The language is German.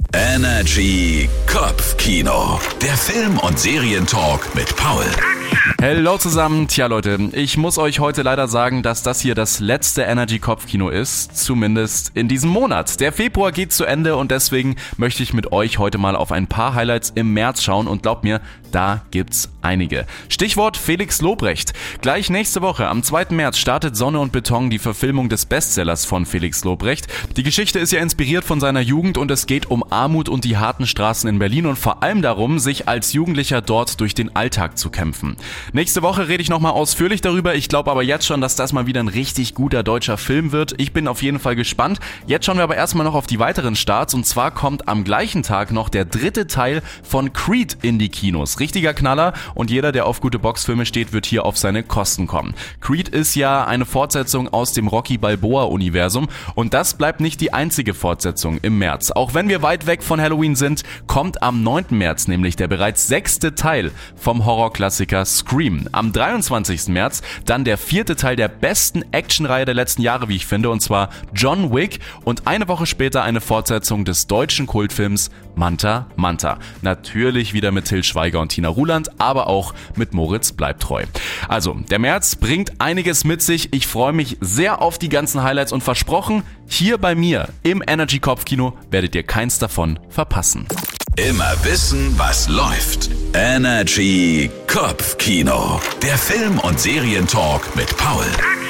Energy Kopfkino. Der Film- und Serientalk mit Paul. Hallo zusammen. Tja Leute, ich muss euch heute leider sagen, dass das hier das letzte Energy Kopfkino ist, zumindest in diesem Monat. Der Februar geht zu Ende und deswegen möchte ich mit euch heute mal auf ein paar Highlights im März schauen und glaubt mir, da gibt's einige. Stichwort Felix Lobrecht. Gleich nächste Woche, am 2. März, startet Sonne und Beton, die Verfilmung des Bestsellers von Felix Lobrecht. Die Geschichte ist ja inspiriert von seiner Jugend und es geht um Armut und die harten Straßen in Berlin und vor allem darum, sich als Jugendlicher dort durch den Alltag zu kämpfen. Nächste Woche rede ich nochmal ausführlich darüber. Ich glaube aber jetzt schon, dass das mal wieder ein richtig guter deutscher Film wird. Ich bin auf jeden Fall gespannt. Jetzt schauen wir aber erstmal noch auf die weiteren Starts und zwar kommt am gleichen Tag noch der 3. Teil von Creed in die Kinos. Richtiger Knaller und jeder, der auf gute Boxfilme steht, wird hier auf seine Kosten kommen. Creed ist ja eine Fortsetzung aus dem Rocky Balboa-Universum und das bleibt nicht die einzige Fortsetzung im März. Auch wenn wir weit weg von Halloween sind, kommt am 9. März nämlich der bereits 6. Teil vom Horrorklassiker Scream. Am 23. März dann der 4. Teil der besten Actionreihe der letzten Jahre, wie ich finde, und zwar John Wick und eine Woche später eine Fortsetzung des deutschen Kultfilms Manta Manta. Natürlich wieder mit Til Schweiger und Tina Ruland, aber auch mit Moritz Bleibtreu. Also, der März bringt einiges mit sich. Ich freue mich sehr auf die ganzen Highlights und versprochen, hier bei mir im Energy Kopfkino werdet ihr keins davon verpassen. Immer wissen, was läuft. Energy Kopfkino. Der Film- und Serientalk mit Paul.